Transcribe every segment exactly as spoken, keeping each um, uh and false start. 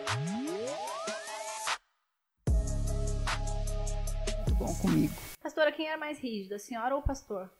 Muito bom comigo. Pastora, quem era mais rígido, a senhora ou o pastor?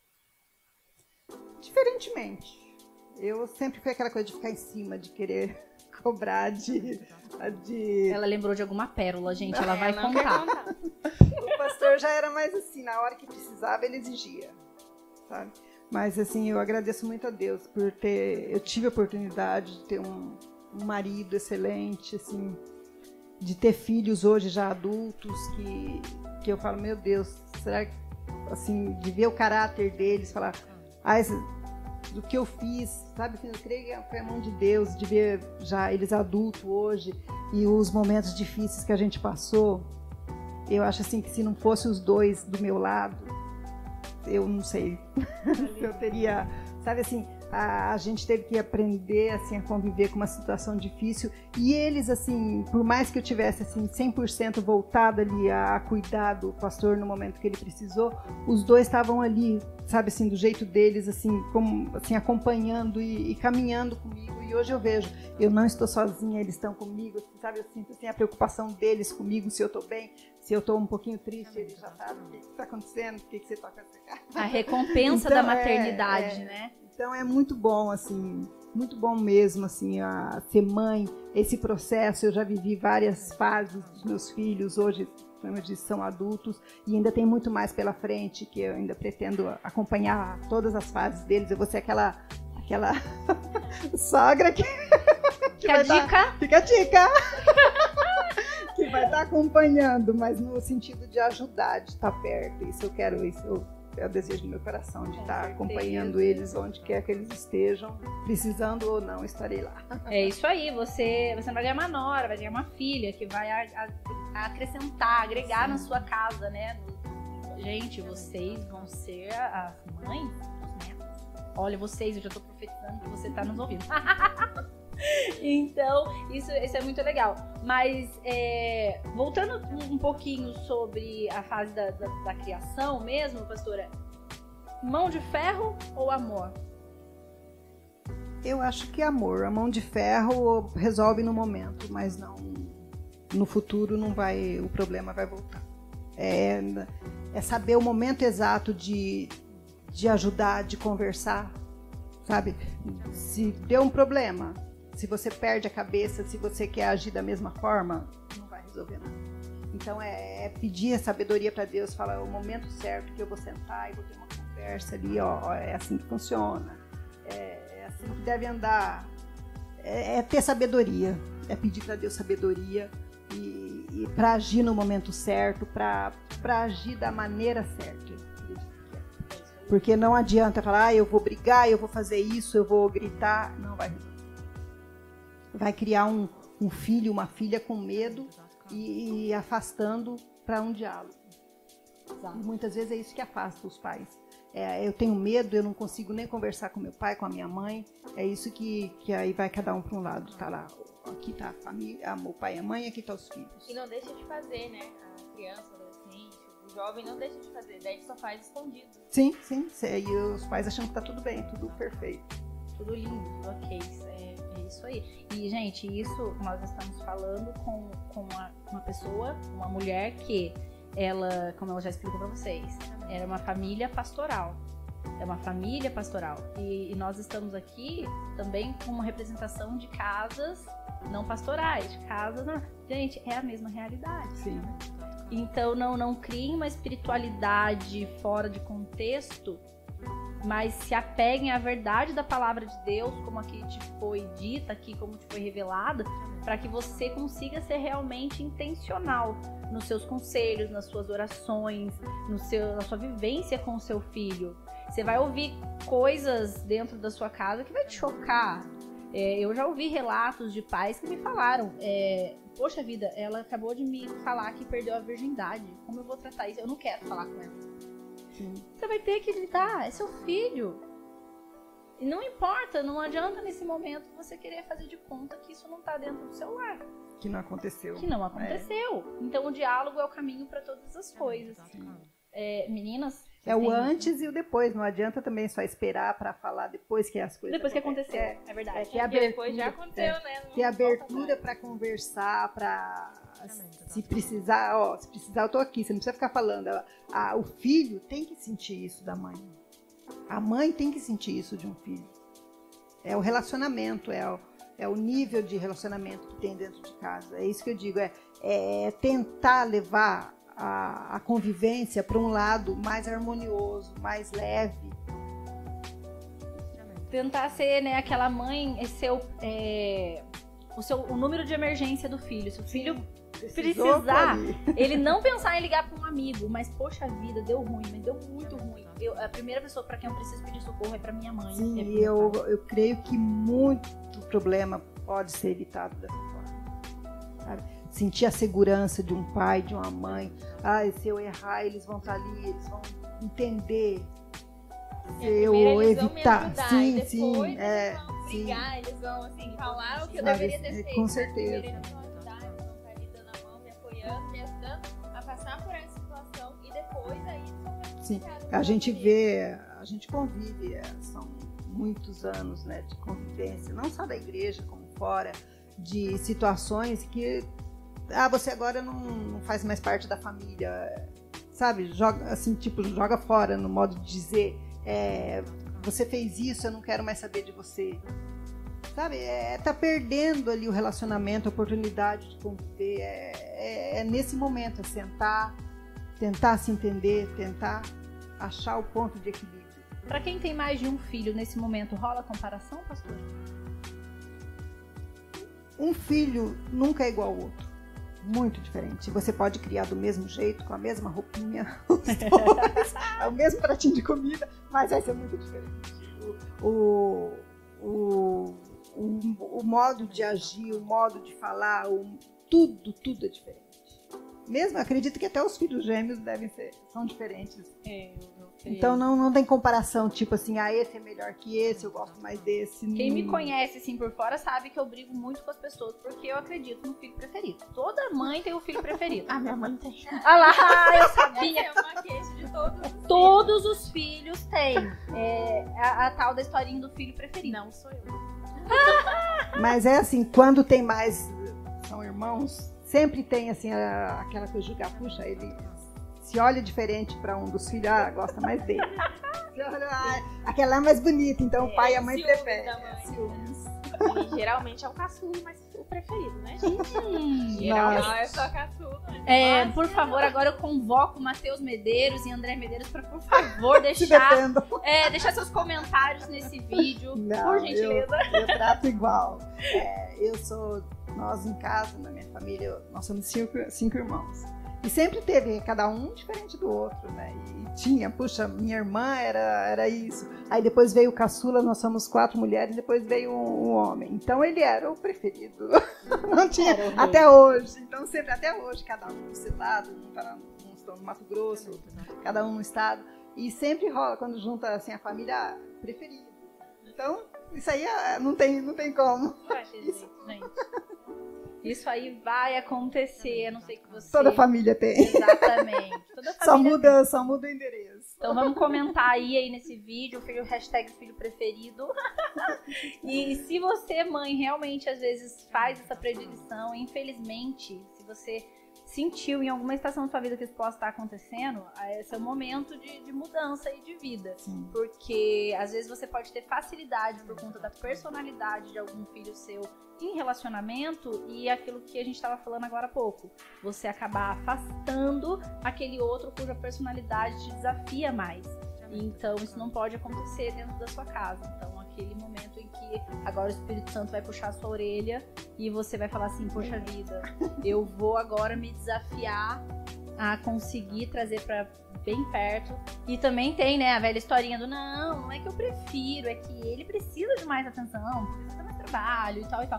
Diferentemente. Eu sempre fui aquela coisa de ficar em cima, de querer cobrar, de... de... Ela lembrou de alguma pérola, gente, ela vai não contar. quer contar. O pastor já era mais assim, na hora que precisava, ele exigia, sabe? Mas assim, eu agradeço muito a Deus por ter... Eu tive a oportunidade de ter um, um marido excelente, assim, de ter filhos hoje já adultos, que, que eu falo, meu Deus, será que, assim, de ver o caráter deles, falar, ah, esse, do que eu fiz, sabe? Eu creio que foi a mão de Deus, de ver já eles adultos hoje e os momentos difíceis que a gente passou. Eu acho assim que se não fosse os dois do meu lado, eu não sei se eu teria, sabe assim, a, a gente teve que aprender assim a conviver com uma situação difícil e eles assim, por mais que eu tivesse assim cem por cento voltado ali a, a cuidar do pastor no momento que ele precisou, os dois estavam ali, sabe assim, do jeito deles, assim, como assim acompanhando e, e caminhando comigo. E hoje eu vejo, eu não estou sozinha, eles estão comigo, assim, sabe, eu sinto assim a preocupação deles comigo, se eu estou bem, se eu estou um pouquinho triste, eles já sabem o que está acontecendo, por que você toca essa cara. A recompensa então, da maternidade, é, é, né? Então é muito bom, assim, muito bom mesmo, assim, a ser mãe, esse processo. Eu já vivi várias fases dos meus filhos, hoje, como eu disse, são adultos, e ainda tem muito mais pela frente, que eu ainda pretendo acompanhar todas as fases deles. Eu vou ser aquela, aquela sogra que... que Fica a dica. Dar, fica a dica! Que vai estar acompanhando, mas no sentido de ajudar, de estar perto. Isso eu quero, isso eu, é o desejo do meu coração, de Com estar certeza. acompanhando eles onde quer que eles estejam, precisando ou não, estarei lá. É isso aí, você, você não vai ganhar uma nora, vai ganhar uma filha que vai a, a, a acrescentar, agregar Sim. na sua casa, né? Gente, vocês vão ser as mães dos netos. Olha, vocês, eu já tô profetizando que você tá nos ouvindo. Então, isso, isso é muito legal. Mas, é, voltando um pouquinho sobre a fase da, da, da criação mesmo, pastora, mão de ferro ou amor? Eu acho que amor. A mão de ferro resolve no momento, mas não no futuro não vai, o problema vai voltar. É, é saber o momento exato de, de ajudar, de conversar, sabe? Se deu um problema, se você perde a cabeça, se você quer agir da mesma forma, não vai resolver nada. Então é, é pedir a sabedoria para Deus, falar é o momento certo que eu vou sentar e vou ter uma conversa ali, ó, é assim que funciona, é, é assim que deve andar, é, é ter sabedoria, é pedir para Deus sabedoria e, e para agir no momento certo, para agir da maneira certa. Porque não adianta falar, ah, eu vou brigar, eu vou fazer isso, eu vou gritar, não vai resolver. Vai criar um, um filho, uma filha com medo e, e afastando para um diálogo. E muitas vezes é isso que afasta os pais. É, eu tenho medo, eu não consigo nem conversar com meu pai, com a minha mãe. É isso que, que aí vai cada um para um lado. Tá lá, aqui tá a família, o pai e a mãe, aqui tá os filhos. E não deixa de fazer, né? A criança, o adolescente, o jovem não deixa de fazer. Daí só faz escondido. Sim, sim. E os pais achando que tá tudo bem, tudo perfeito. Tudo lindo, tudo ok. É, é isso aí. E, gente, isso nós estamos falando com, com uma, uma pessoa, uma mulher que ela, como ela já explicou pra vocês, era uma família pastoral. É uma família pastoral. E, e nós estamos aqui também com uma representação de casas não pastorais, de casas... Não. Gente, é a mesma realidade. Sim. Então, não, não criem uma espiritualidade fora de contexto, mas se apeguem à verdade da palavra de Deus, como aqui te foi dita, aqui como te foi revelada, para que você consiga ser realmente intencional nos seus conselhos, nas suas orações, no seu, na sua vivência com o seu filho. Você vai ouvir coisas dentro da sua casa que vai te chocar. É, eu já ouvi relatos de pais que me falaram, é, poxa vida, ela acabou de me falar que perdeu a virgindade, como eu vou tratar isso? Eu não quero falar com ela. Sim. Você vai ter que lidar, é seu filho. E não importa, não adianta nesse momento você querer fazer de conta que isso não está dentro do seu lar. Que não aconteceu. Que não aconteceu. É. Então o diálogo é o caminho para todas as coisas. É, meninas, É o antes e o depois. Não adianta também só esperar para falar depois que as coisas Depois que aconteceu, é, é verdade. É, que abertura, depois já aconteceu, é, né? Ter abertura para conversar, para se precisar, ó, se precisar eu tô aqui, você não precisa ficar falando. Ah, o filho tem que sentir isso da mãe. A mãe tem que sentir isso de um filho. É o relacionamento, é o, é o nível de relacionamento que tem dentro de casa. É isso que eu digo, é, é tentar levar a, a convivência para um lado mais harmonioso, mais leve. Tentar ser, né, aquela mãe, é seu, é, o, seu, o número de emergência do filho. Se o filho Precisou precisar, ele não pensar em ligar para um amigo, mas poxa vida, deu ruim, mas deu muito ruim. Eu, a primeira pessoa para quem eu preciso pedir socorro é para minha mãe. Sim, é e eu, eu creio que muito problema pode ser evitado dessa forma. Sabe? Sentir a segurança de um pai, de uma mãe. Ah, se eu errar, eles vão estar ali, eles vão entender. Se é, eu eles evitar. Vão me ajudar, sim, depois sim, eles é, vão sim. brigar, eles vão assim, falar o que eu Sabe, deveria ter feito. Com certeza. Me dando a mão, me apoiando, me ajudando a passar por essa situação e depois aí sim, a gente vê, a gente convive, é, são muitos anos, né, de convivência, não só da igreja como fora, de situações que ah, você agora não, não faz mais parte da família, sabe, joga assim, tipo, joga fora no modo de dizer, é, você fez isso, eu não quero mais saber de você. Sabe, é, tá perdendo ali o relacionamento, a oportunidade de conviver. É, é, é nesse momento, é sentar, tentar se entender, tentar achar o ponto de equilíbrio. Para quem tem mais de um filho nesse momento, rola comparação, pastor? Um filho nunca é igual ao outro. Muito diferente. Você pode criar do mesmo jeito, com a mesma roupinha, os dois, é o mesmo pratinho de comida, mas vai ser muito diferente. O... o, o O, o modo de agir, o modo de falar, o, tudo, tudo é diferente. Mesmo, acredito que até os filhos gêmeos devem ser, são diferentes. É, eu então não, não tem comparação, tipo assim, ah, esse é melhor que esse, eu gosto mais desse. Quem me conhece assim por fora sabe que eu brigo muito com as pessoas, porque eu acredito no filho preferido. Toda mãe tem o filho preferido. Ah, minha mãe tem. Ah lá, eu sabia. Essa é uma queixa de todos os filhos. Todos os filhos têm. É, a, a tal da historinha do filho preferido. Não sou eu. Mas é assim, quando tem mais, são irmãos, sempre tem assim a, aquela coisa de julgar, puxa, ele se olha diferente para um dos filhos, ah, gosta mais dele. Olha, ah, aquela é mais bonita, então é, o pai e a mãe preferem. E geralmente é o caçulo, mas o preferido, né? Hum, geralmente é só caçulo. É, Nossa, por favor, não. Agora eu convoco Matheus Medeiros e André Medeiros para, por favor, deixar, é, deixar seus comentários nesse vídeo, não, por gentileza. Eu, eu trato igual. É, eu sou, nós em casa, na minha família, nós somos cinco, cinco irmãos. E sempre teve cada um diferente do outro, né? E tinha, puxa, minha irmã era, era isso. Aí depois veio o caçula, nós somos quatro mulheres, depois veio um, um homem. Então ele era o preferido. Não tinha, até hoje. Então sempre, até hoje, cada um no seu lado, um tá, uns estão no Mato Grosso, outro, cada um no estado. E sempre rola, quando junta assim, a família, preferido. Então, isso aí não tem, não tem como. Isso. Isso aí vai acontecer, a não sei que você... Toda família tem. Exatamente. Toda família só, muda, tem. só muda o endereço. Então vamos comentar aí, aí nesse vídeo, filho, hashtag filho preferido. E se você, mãe, realmente às vezes faz essa predileção, infelizmente, se você sentiu em alguma estação da sua vida que isso possa estar acontecendo, esse é o momento de, de mudança e de vida. Sim. Porque às vezes você pode ter facilidade por conta da personalidade de algum filho seu em relacionamento e aquilo que a gente estava falando agora há pouco. Você acabar afastando aquele outro cuja personalidade te desafia mais. Então isso não pode acontecer dentro da sua casa. Então aquele momento em que agora o Espírito Santo vai puxar a sua orelha e você vai falar assim, poxa vida, eu vou agora me desafiar a conseguir trazer pra bem perto. E também tem, né, a velha historinha do não, não é que eu prefiro, é que ele precisa de mais atenção, precisa de mais trabalho e tal e tal.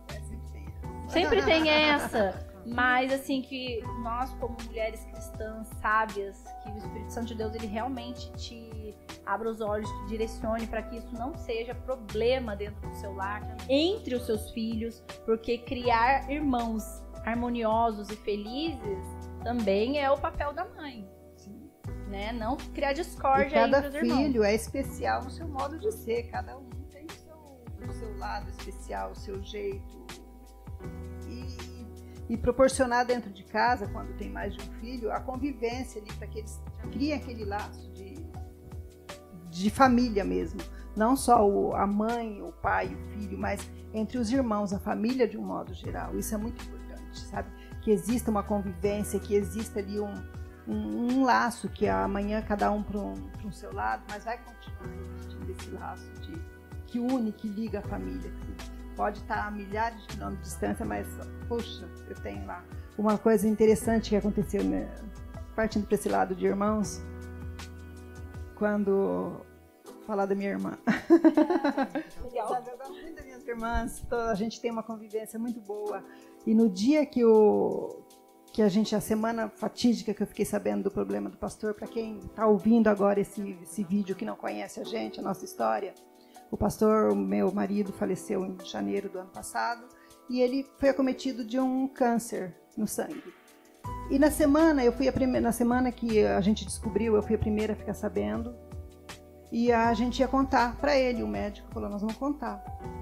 Sempre tem essa. Mas assim, que nós como mulheres cristãs sábias, que o Espírito Santo de Deus ele realmente te abra os olhos, te direcione para que isso não seja problema dentro do seu lar, entre os seus filhos, porque criar irmãos harmoniosos e felizes também é o papel da mãe. Sim. né? Não criar discórdia e cada entre os irmãos. filho é especial no seu modo de ser, cada um tem o seu, o seu lado especial, o seu jeito. E, e proporcionar dentro de casa, quando tem mais de um filho, a convivência ali, para que eles criem aquele laço de, de família mesmo. Não só o, a mãe, o pai, o filho, mas entre os irmãos, a família de um modo geral. Isso é muito importante, sabe? Que exista uma convivência, que exista ali um, um, um laço, que amanhã cada um para um, para um seu lado, mas vai continuar existindo esse laço de, que une, que liga a família. Que pode estar a milhares de quilômetros de distância, mas, poxa, eu tenho lá. Uma coisa interessante que aconteceu, né? Partindo para esse lado de irmãos, quando... falar da minha irmã. Legal. Sabe, eu gosto muito das minhas irmãs, toda, a gente tem uma convivência muito boa. E no dia que, o, que a gente, a semana fatídica que eu fiquei sabendo do problema do pastor, para quem está ouvindo agora esse, esse vídeo que não conhece a gente, a nossa história, o pastor, o meu marido, faleceu em janeiro do ano passado e ele foi acometido de um câncer no sangue. E na semana, eu fui a primeira, na semana que a gente descobriu, eu fui a primeira a ficar sabendo. E a gente ia contar para ele, o médico falou, nós vamos contar.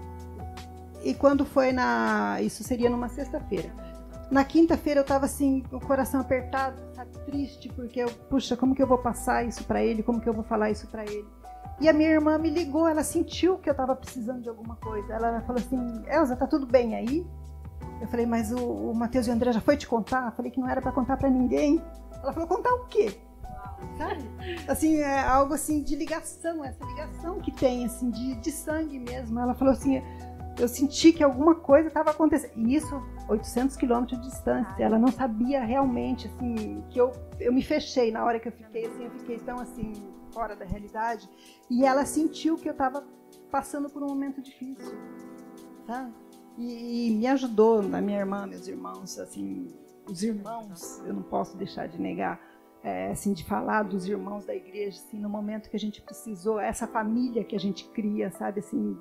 E quando foi na... isso seria numa sexta-feira. Na quinta-feira eu estava assim, com o coração apertado, sabe, triste, porque eu, puxa, como que eu vou passar isso para ele? Como que eu vou falar isso para ele? E a minha irmã me ligou, ela sentiu que eu estava precisando de alguma coisa. Ela falou assim, Elza, tá tudo bem aí? Eu falei, mas o, o Matheus e o André já foi te contar? Eu falei que não era para contar para ninguém. Ela falou, contar o quê? Sabe? Assim, é algo assim de ligação, essa ligação que tem, assim, de, de sangue mesmo. Ela falou assim, eu senti que alguma coisa estava acontecendo. E isso, oitocentos quilômetros de distância. Ela não sabia realmente, assim, que eu, eu me fechei na hora que eu fiquei, assim, eu fiquei tão, assim, fora da realidade. E ela sentiu que eu estava passando por um momento difícil, tá? E, e me ajudou, a minha irmã, meus irmãos, assim, os irmãos, eu não posso deixar de negar. É, assim, de falar dos irmãos da igreja, assim, no momento que a gente precisou, essa família que a gente cria, sabe, assim,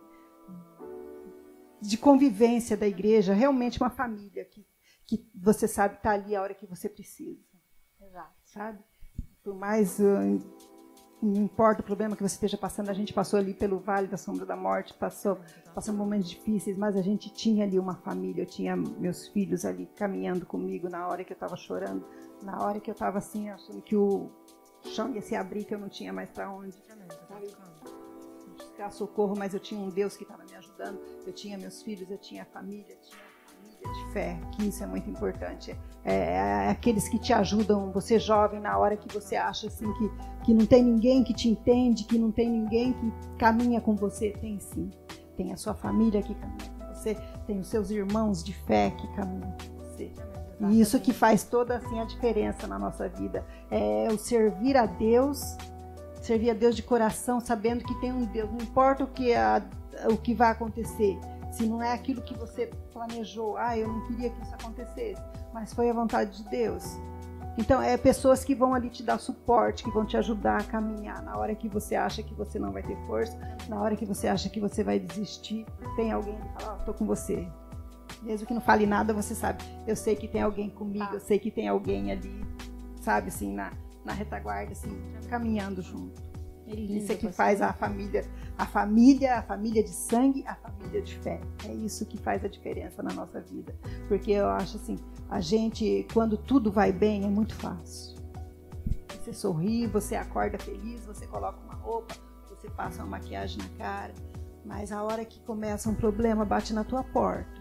de convivência da igreja, realmente uma família que, que você sabe está ali a hora que você precisa. Exato. Sabe? Por mais, uh, não importa o problema que você esteja passando, a gente passou ali pelo Vale da Sombra da Morte, passou, passou momentos difíceis, mas a gente tinha ali uma família, eu tinha meus filhos ali caminhando comigo na hora que eu estava chorando, na hora que eu estava assim, achando que o chão ia se abrir, que eu não tinha mais para onde, sabe? Buscar socorro, mas eu tinha um Deus que estava me ajudando, eu tinha meus filhos, eu tinha a família, tinha a família de fé, que isso é muito importante. É, é aqueles que te ajudam, você jovem, na hora que você acha assim, que, que não tem ninguém que te entende, que não tem ninguém que caminha com você, tem sim. Tem a sua família que caminha com você, tem os seus irmãos de fé que caminham com você. E isso que faz toda assim, a diferença na nossa vida. É o servir a Deus, servir a Deus de coração, sabendo que tem um Deus. Não importa o que, a, o que vai acontecer. Se não é aquilo que você planejou. Ah, eu não queria que isso acontecesse. Mas foi a vontade de Deus. Então, é pessoas que vão ali te dar suporte, que vão te ajudar a caminhar. Na hora que você acha que você não vai ter força, na hora que você acha que você vai desistir, tem alguém que fala, ó, oh, tô com você. Mesmo que não fale nada, você sabe, eu sei que tem alguém comigo, ah. eu sei que tem alguém ali, sabe, assim, na, na retaguarda, assim, caminhando junto. Isso é que faz a família, a família, a família de sangue, a família de fé. É isso que faz a diferença na nossa vida. Porque eu acho assim, a gente, quando tudo vai bem, é muito fácil. Você sorri, você acorda feliz, você coloca uma roupa, você passa uma maquiagem na cara, mas a hora que começa um problema, bate na tua porta.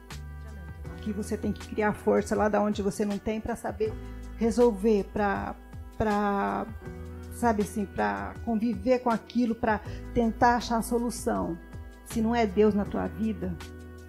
Que você tem que criar força lá da onde você não tem para saber resolver, para para sabe assim, para conviver com aquilo, para tentar achar a solução. Se não é Deus na tua vida,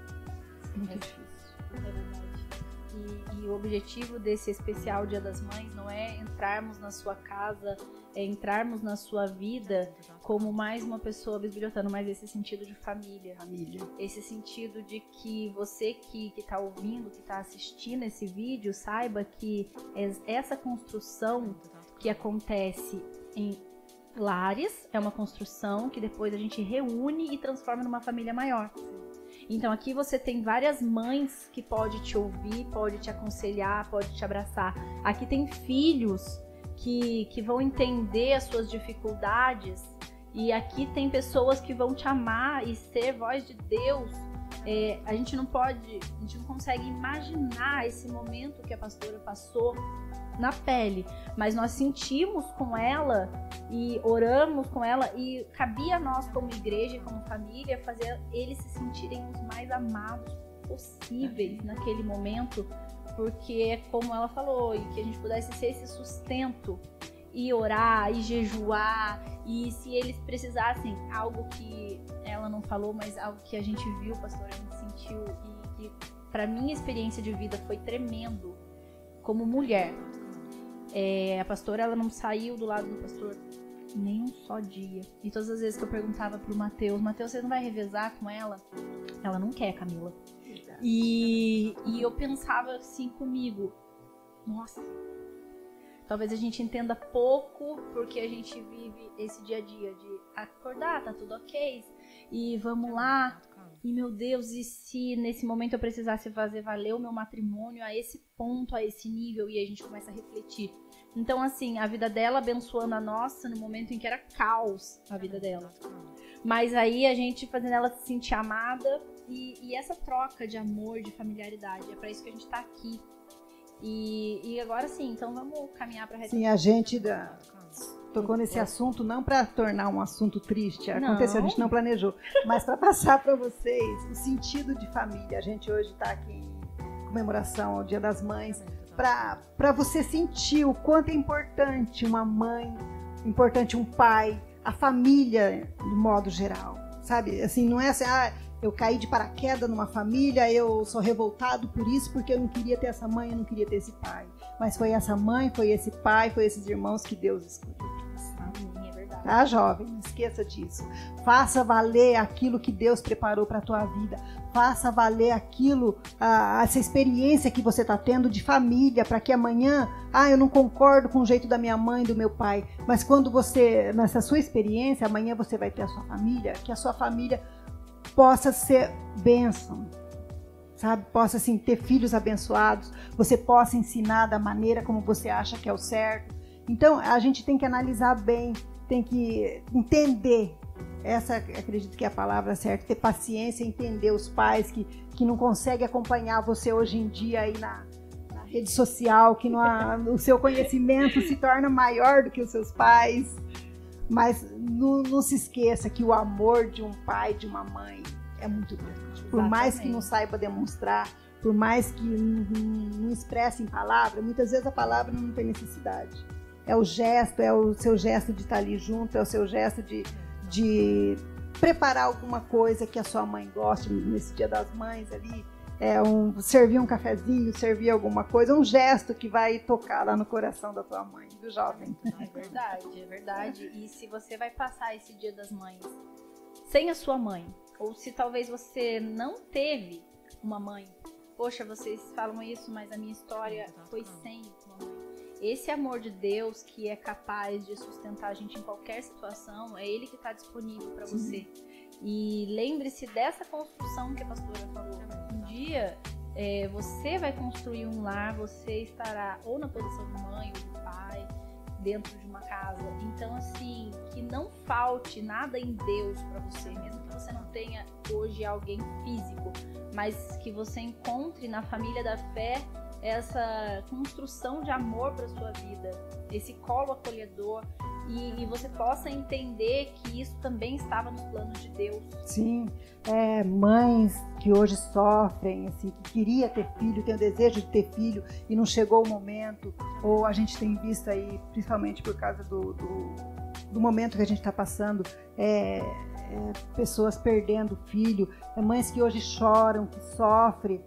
é muito difícil. É verdade. E, e o objetivo desse especial Dia das Mães não é entrarmos na sua casa, é entrarmos na sua vida como mais uma pessoa bisbilhotando, mas esse sentido de família. Família. Esse sentido de que você que está ouvindo, que está assistindo esse vídeo, saiba que essa construção que acontece em lares é uma construção que depois a gente reúne e transforma numa família maior. Então aqui você tem várias mães que pode te ouvir, pode te aconselhar, pode te abraçar. Aqui tem filhos que, que vão entender as suas dificuldades. E aqui tem pessoas que vão te amar e ser voz de Deus. É, a gente não pode, a gente não consegue imaginar esse momento que a pastora passou na pele, mas nós sentimos com ela e oramos com ela, e cabia a nós como igreja, como família, fazer eles se sentirem os mais amados possíveis naquele momento, porque como ela falou, e que a gente pudesse ser esse sustento e orar e jejuar, e se eles precisassem, algo que ela não falou, mas algo que a gente viu, pastora, a gente sentiu, e que para minha experiência de vida foi tremendo como mulher. É, a pastora, ela não saiu do lado do pastor nem um só dia. E todas as vezes que eu perguntava pro Mateus, Mateus, você não vai revezar com ela? Ela não quer, Camila. E, e eu pensava assim comigo, nossa, talvez a gente entenda pouco, porque a gente vive esse dia a dia de acordar, tá tudo ok, e vamos lá. E meu Deus, e se nesse momento eu precisasse fazer valer o meu matrimônio a esse ponto, a esse nível, e a gente começa a refletir. Então, assim, a vida dela abençoando a nossa no momento em que era caos a vida dela. Mas aí a gente fazendo ela se sentir amada, e, e essa troca de amor, de familiaridade, é pra isso que a gente tá aqui. E, e agora sim, então vamos caminhar pra reta. Sim, a gente da... tocou nesse assunto não para tornar um assunto triste, aconteceu, não. A gente não planejou, mas para passar para vocês o sentido de família. A gente hoje está aqui em comemoração ao Dia das Mães, para você sentir o quanto é importante uma mãe, importante um pai, a família de modo geral, sabe? Assim, não é assim, ah, eu caí de paraquedas numa família, eu sou revoltado por isso, porque eu não queria ter essa mãe, eu não queria ter esse pai. Mas foi essa mãe, foi esse pai, foi esses irmãos que Deus escolheu. É verdade. Tá, jovem? Não esqueça disso. Faça valer aquilo que Deus preparou para a tua vida. Faça valer aquilo, a, essa experiência que você está tendo de família, para que amanhã, ah, eu não concordo com o jeito da minha mãe, do meu pai, mas quando você, nessa sua experiência, amanhã você vai ter a sua família, que a sua família possa ser bênção, sabe? Possa, assim, ter filhos abençoados, você possa ensinar da maneira como você acha que é o certo. Então, a gente tem que analisar bem, tem que entender, essa acredito que é a palavra certa, ter paciência, entender os pais que, que não conseguem acompanhar você hoje em dia aí na, na rede social, que não há, o seu conhecimento se torna maior do que os seus pais. Mas não, não se esqueça que o amor de um pai, de uma mãe, é muito grande. Exatamente. Por mais que não saiba demonstrar, por mais que não, não expresse em palavra, muitas vezes a palavra não tem necessidade. É o gesto, é o seu gesto de estar ali junto, é o seu gesto de, de preparar alguma coisa que a sua mãe goste nesse Dia das Mães ali. É um, servir um cafezinho, servir alguma coisa, um gesto que vai tocar lá no coração da tua mãe, do jovem. É verdade, é verdade. E se você vai passar esse Dia das Mães sem a sua mãe, ou se talvez você não teve uma mãe, poxa, vocês falam isso, mas a minha história foi sem uma mãe. Esse amor de Deus que é capaz de sustentar a gente em qualquer situação, é Ele que está disponível para você. E lembre-se dessa construção que a pastora falou. Um dia é, você vai construir um lar, você estará ou na posição de mãe ou de pai, dentro de uma casa. Então, assim, que não falte nada em Deus para você, mesmo que você não tenha hoje alguém físico, mas que você encontre na família da fé essa construção de amor para sua vida, esse colo acolhedor, e, e você possa entender que isso também estava nos planos de Deus. Sim, é, mães que hoje sofrem, assim, que queria ter filho, tem o desejo de ter filho e não chegou o momento, ou a gente tem visto aí, principalmente por causa do, do, do momento que a gente está passando, é, é, pessoas perdendo filho, é, mães que hoje choram, que sofrem.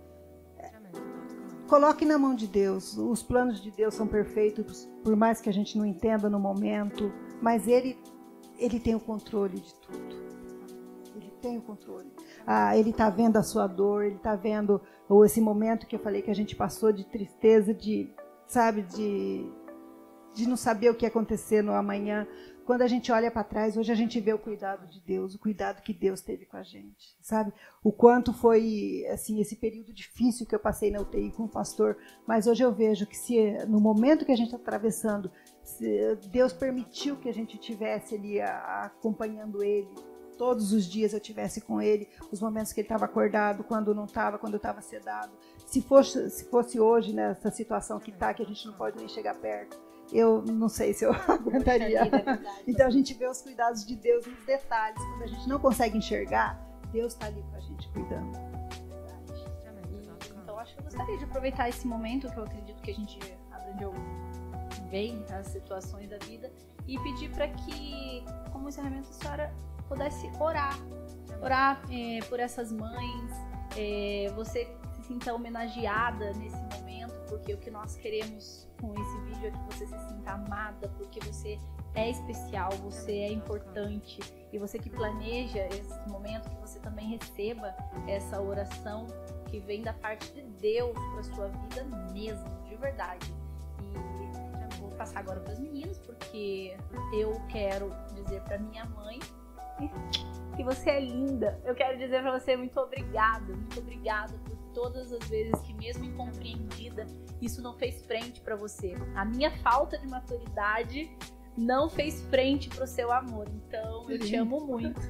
Coloque na mão de Deus. Os planos de Deus são perfeitos, por mais que a gente não entenda no momento, mas Ele, ele tem o controle de tudo. Ele tem o controle. Ah, ele está vendo a sua dor, Ele está vendo ou esse momento que eu falei que a gente passou de tristeza, de, sabe, de, de não saber o que ia acontecer no amanhã. Quando a gente olha para trás, hoje a gente vê o cuidado de Deus, o cuidado que Deus teve com a gente, sabe? O quanto foi, assim, esse período difícil que eu passei na U T I com o pastor, mas hoje eu vejo que se no momento que a gente está atravessando, se Deus permitiu que a gente tivesse ali a, a, acompanhando Ele, todos os dias eu tivesse com Ele, os momentos que Ele estava acordado, quando não estava, quando eu estava sedado. Se fosse, se fosse hoje, nessa né, situação que está, que a gente não pode nem chegar perto, eu não sei se eu aguentaria. Então a gente vê os cuidados de Deus nos detalhes. Quando a gente não consegue enxergar, Deus está ali com a gente cuidando. Então acho que eu gostaria de aproveitar esse momento, que eu acredito que a gente aprendeu bem as situações da vida, e pedir para que, como encerramento, a senhora pudesse orar. Orar é, por essas mães, é, você se sinta homenageada nesse momento, porque o que nós queremos com esse vídeo é que você se sinta amada, porque você é especial, você é importante, e você que planeja esse momento, que você também receba essa oração que vem da parte de Deus para sua vida mesmo, de verdade. E eu vou passar agora para as meninas, porque eu quero dizer para minha mãe que você é linda. Eu quero dizer para você muito obrigada, muito obrigada por todas as vezes que, mesmo incompreendida, isso não fez frente para você. A minha falta de maturidade não fez frente pro seu amor. Então, eu te amo muito.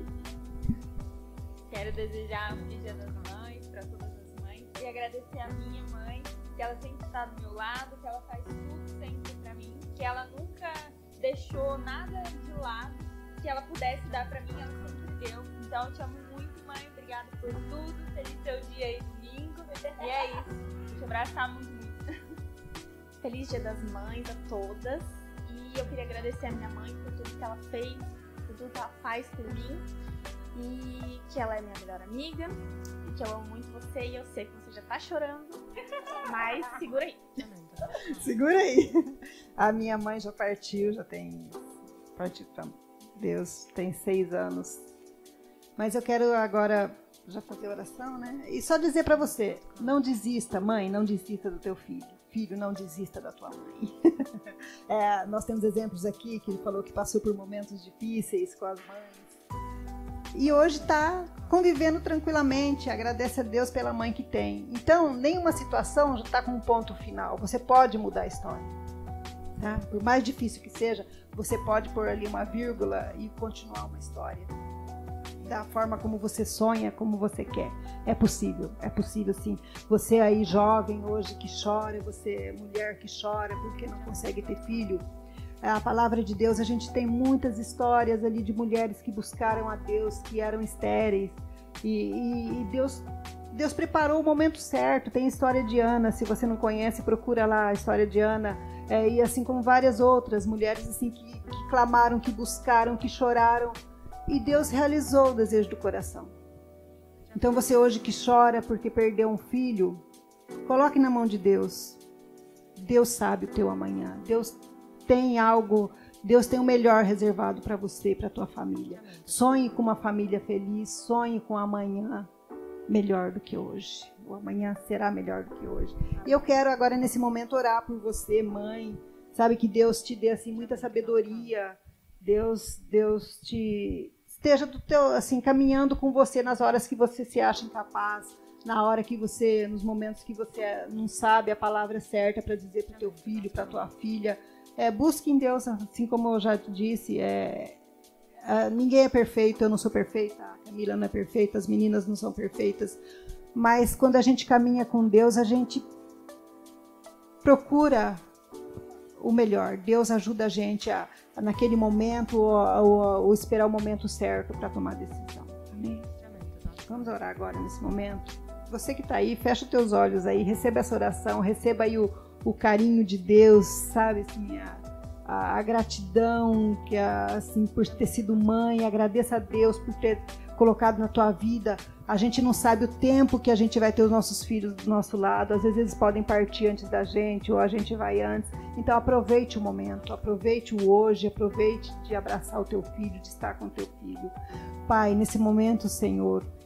Quero desejar um Dia das Mães para todas as mães e agradecer a minha mãe, que ela sempre está do meu lado, que ela faz tudo sempre para mim, que ela nunca deixou nada de lado que ela pudesse dar para mim, ela sempre deu. Então, eu te amo muito, mãe. Obrigada por tudo. Feliz seu dia aí, domingo. E é isso. Vou te abraçar muito, muito. Feliz Dia das Mães a todas. E eu queria agradecer a minha mãe por tudo que ela fez, por tudo que ela faz por mim. E que ela é minha melhor amiga. E que eu amo muito você. E eu sei que você já tá chorando. Mas segura aí. Segura aí. A minha mãe já partiu, já tem... Partiu pra Deus, tem seis anos. Mas eu quero agora já fazer oração, né? E só dizer para você, não desista, mãe, não desista do teu filho. Filho, não desista da tua mãe. É, nós temos exemplos aqui que ele falou que passou por momentos difíceis com as mães. E hoje está convivendo tranquilamente, agradece a Deus pela mãe que tem. Então, nenhuma situação já está com um ponto final. Você pode mudar a história. Tá? Por mais difícil que seja, você pode pôr ali uma vírgula e continuar uma história. Da forma como você sonha, como você quer. É possível, é possível sim. Você aí jovem hoje que chora, você mulher que chora porque não consegue ter filho. A palavra de Deus, a gente tem muitas histórias ali de mulheres que buscaram a Deus, que eram estéreis. E, e, e Deus, Deus preparou o momento certo. Tem a história de Ana, se você não conhece, procura lá a história de Ana. É, e assim como várias outras mulheres assim, que, que clamaram, que buscaram, que choraram. E Deus realizou o desejo do coração. Então você hoje que chora porque perdeu um filho, coloque na mão de Deus. Deus sabe o teu amanhã. Deus tem algo, Deus tem o melhor reservado para você e para a tua família. Sonhe com uma família feliz, sonhe com amanhã melhor do que hoje. O amanhã será melhor do que hoje. E eu quero agora nesse momento orar por você, mãe. Sabe, que Deus te dê assim muita sabedoria. Deus, Deus te esteja do teu, assim, caminhando com você nas horas que você se acha incapaz, na hora que você, nos momentos que você não sabe a palavra certa para dizer para o teu filho, para a tua filha. É, busque em Deus, assim como eu já te disse, é, é, ninguém é perfeito, eu não sou perfeita, a Camila não é perfeita, as meninas não são perfeitas, mas quando a gente caminha com Deus, a gente procura o melhor. Deus ajuda a gente a, a naquele momento, ou, ou, ou esperar o momento certo para tomar a decisão. Amém? Vamos orar agora nesse momento. Você que está aí, fecha os teus olhos aí, receba essa oração, receba aí o, o carinho de Deus, sabe, assim, a, a, a gratidão que a, assim, por ter sido mãe, agradeça a Deus por ter colocado na tua vida. A gente não sabe o tempo que a gente vai ter os nossos filhos do nosso lado, às vezes eles podem partir antes da gente, ou a gente vai antes. Então aproveite o momento, aproveite o hoje, aproveite de abraçar o teu filho, de estar com o teu filho. Pai, nesse momento, Senhor,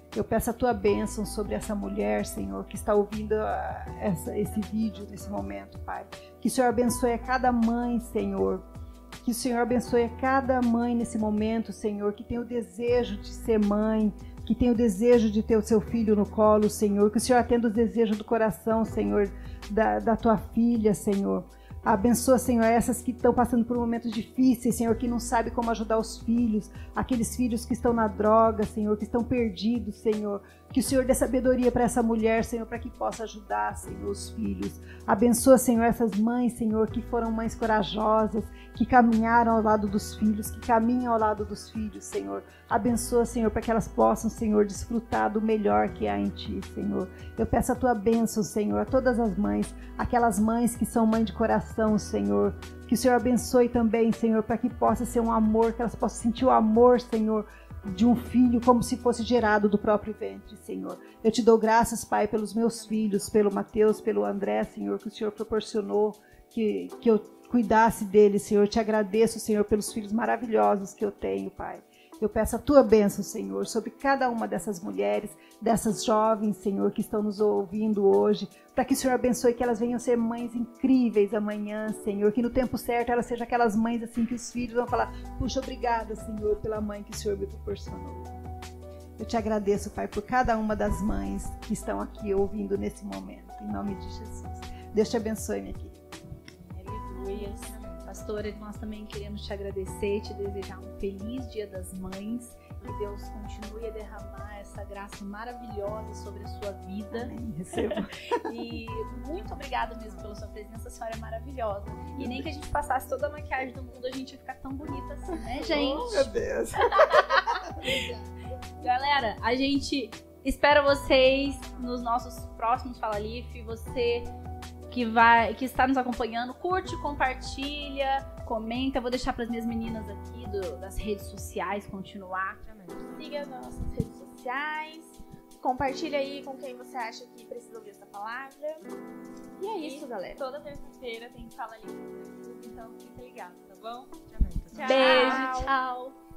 Eu peço a tua bênção sobre essa mulher, Senhor, que está ouvindo a, essa, esse vídeo nesse momento, Pai. Que o Senhor abençoe a cada mãe, Senhor. Que o Senhor abençoe a cada mãe nesse momento, Senhor, que tem o desejo de ser mãe, que tem o desejo de ter o seu filho no colo, Senhor. Que o Senhor atenda os desejos do coração, Senhor, da, da tua filha, Senhor. Abençoa, Senhor, essas que estão passando por momentos difíceis, Senhor, que não sabem como ajudar os filhos, aqueles filhos que estão na droga, Senhor, que estão perdidos, Senhor. Que o Senhor dê sabedoria para essa mulher, Senhor, para que possa ajudar, Senhor, os filhos. Abençoa, Senhor, essas mães, Senhor, que foram mães corajosas, que caminharam ao lado dos filhos, que caminham ao lado dos filhos, Senhor. Abençoa, Senhor, para que elas possam, Senhor, desfrutar do melhor que há em Ti, Senhor. Eu peço a Tua bênção, Senhor, a todas as mães, aquelas mães que são mãe de coração, Senhor. Que o Senhor abençoe também, Senhor, para que possa ser um amor, que elas possam sentir o amor, Senhor, de um filho como se fosse gerado do próprio ventre, Senhor. Eu te dou graças, Pai, pelos meus filhos, pelo Mateus, pelo André, Senhor, que o Senhor proporcionou que, que eu cuidasse deles, Senhor. Eu te agradeço, Senhor, pelos filhos maravilhosos que eu tenho, Pai. Eu peço a tua bênção, Senhor, sobre cada uma dessas mulheres, dessas jovens, Senhor, que estão nos ouvindo hoje, para que o Senhor abençoe que elas venham ser mães incríveis amanhã, Senhor, que no tempo certo elas sejam aquelas mães assim que os filhos vão falar: puxa, obrigada, Senhor, pela mãe que o Senhor me proporcionou. Eu te agradeço, Pai, por cada uma das mães que estão aqui ouvindo nesse momento, em nome de Jesus. Deus te abençoe, minha querida. Aleluia. Pastora, nós também queremos te agradecer e te desejar um feliz Dia das Mães. Que Deus continue a derramar essa graça maravilhosa sobre a sua vida. Amém. Recebo. E muito obrigada mesmo pela sua presença, a senhora é maravilhosa. E nem que a gente passasse toda a maquiagem do mundo, a gente ia ficar tão bonita assim, né, gente? Oh, meu Deus. Galera, a gente espera vocês nos nossos próximos Fala Life. Você que vai, que está nos acompanhando, curte, compartilha, comenta. Eu vou deixar para as minhas meninas aqui do, das redes sociais continuar. Siga as nossas redes sociais, compartilha aí com quem você acha que precisa ouvir essa palavra. E é isso, galera. Toda terça-feira tem Fala Livre no YouTube, então fica ligado, tá bom? Beijo, tchau.